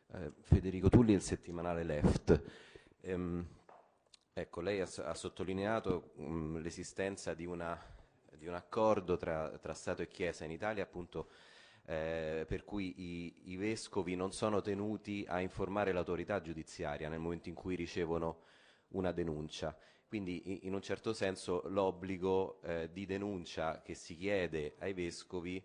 Federico Tulli, il settimanale Left. Ehm, ecco, lei ha sottolineato l'esistenza di un accordo tra Stato e Chiesa in Italia, appunto, per cui i vescovi non sono tenuti a informare l'autorità giudiziaria nel momento in cui ricevono una denuncia. Quindi, in un certo senso, l'obbligo di denuncia che si chiede ai vescovi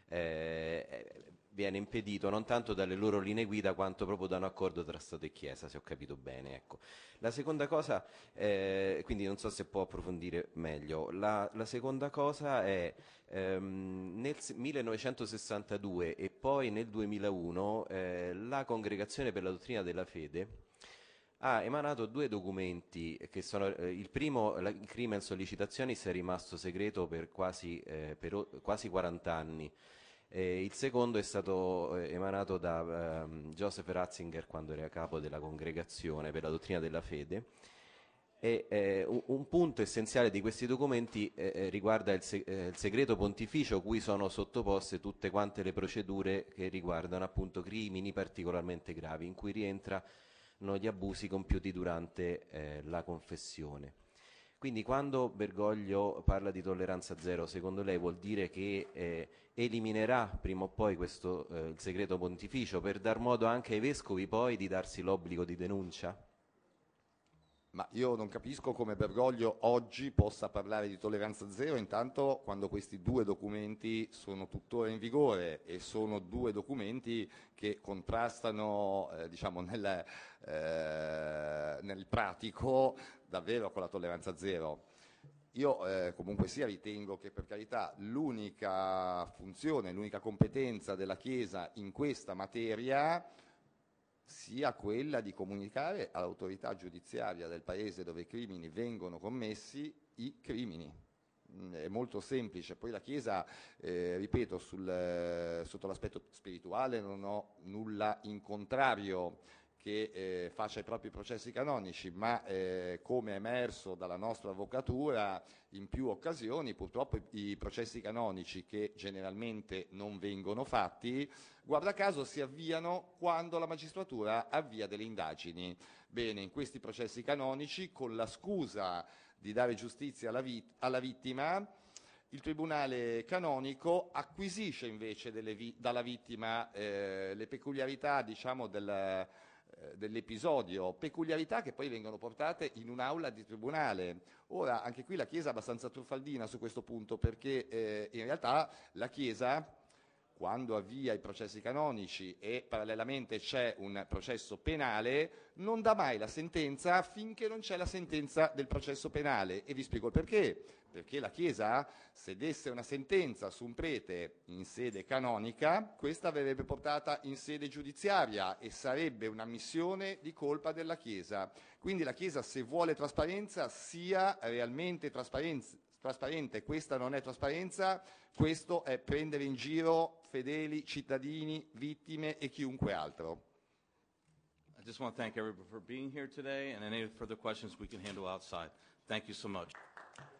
viene impedito non tanto dalle loro linee guida quanto proprio da un accordo tra Stato e Chiesa, se ho capito bene. Ecco. La seconda cosa, quindi non so se può approfondire meglio, la seconda cosa è nel 1962 e poi nel 2001 la Congregazione per la Dottrina della Fede ha emanato due documenti che sono il primo, il Crimen Sollicitationis, è rimasto segreto per quasi 40 anni. Il secondo è stato emanato da Joseph Ratzinger quando era capo della Congregazione per la Dottrina della Fede. E un punto essenziale di questi documenti riguarda il segreto pontificio cui sono sottoposte tutte quante le procedure che riguardano appunto crimini particolarmente gravi, in cui rientrano gli abusi compiuti durante la confessione. Quindi quando Bergoglio parla di tolleranza zero, secondo lei vuol dire che eliminerà prima o poi il segreto pontificio per dar modo anche ai vescovi poi di darsi l'obbligo di denuncia? Ma io non capisco come Bergoglio oggi possa parlare di tolleranza zero, intanto quando questi due documenti sono tuttora in vigore e sono due documenti che contrastano diciamo nel pratico davvero con la tolleranza zero. Io comunque sia ritengo che per carità l'unica funzione, l'unica competenza della Chiesa in questa materia sia quella di comunicare all'autorità giudiziaria del paese dove i crimini vengono commessi i crimini. È molto semplice, poi la Chiesa, ripeto, sotto l'aspetto spirituale non ho nulla in contrario che faccia i propri processi canonici, ma come è emerso dalla nostra avvocatura in più occasioni, purtroppo i processi canonici che generalmente non vengono fatti, guarda caso si avviano quando la magistratura avvia delle indagini. Bene, in questi processi canonici, con la scusa di dare giustizia alla vittima, il tribunale canonico acquisisce invece dalla vittima le peculiarità, diciamo, dell'episodio, peculiarità che poi vengono portate in un'aula di tribunale. Ora, anche qui la Chiesa è abbastanza truffaldina su questo punto, perché in realtà la Chiesa, quando avvia i processi canonici e parallelamente c'è un processo penale, non dà mai la sentenza finché non c'è la sentenza del processo penale. E vi spiego il perché. Perché la Chiesa, se desse una sentenza su un prete in sede canonica, questa verrebbe portata in sede giudiziaria e sarebbe un'ammissione di colpa della Chiesa. Quindi la Chiesa, se vuole trasparenza, sia realmente trasparente. Questa non è trasparenza, questo è prendere in giro fedeli, cittadini, vittime e chiunque altro. I just want to thank everybody for being here today, and any further questions we can handle outside. Thank you so much.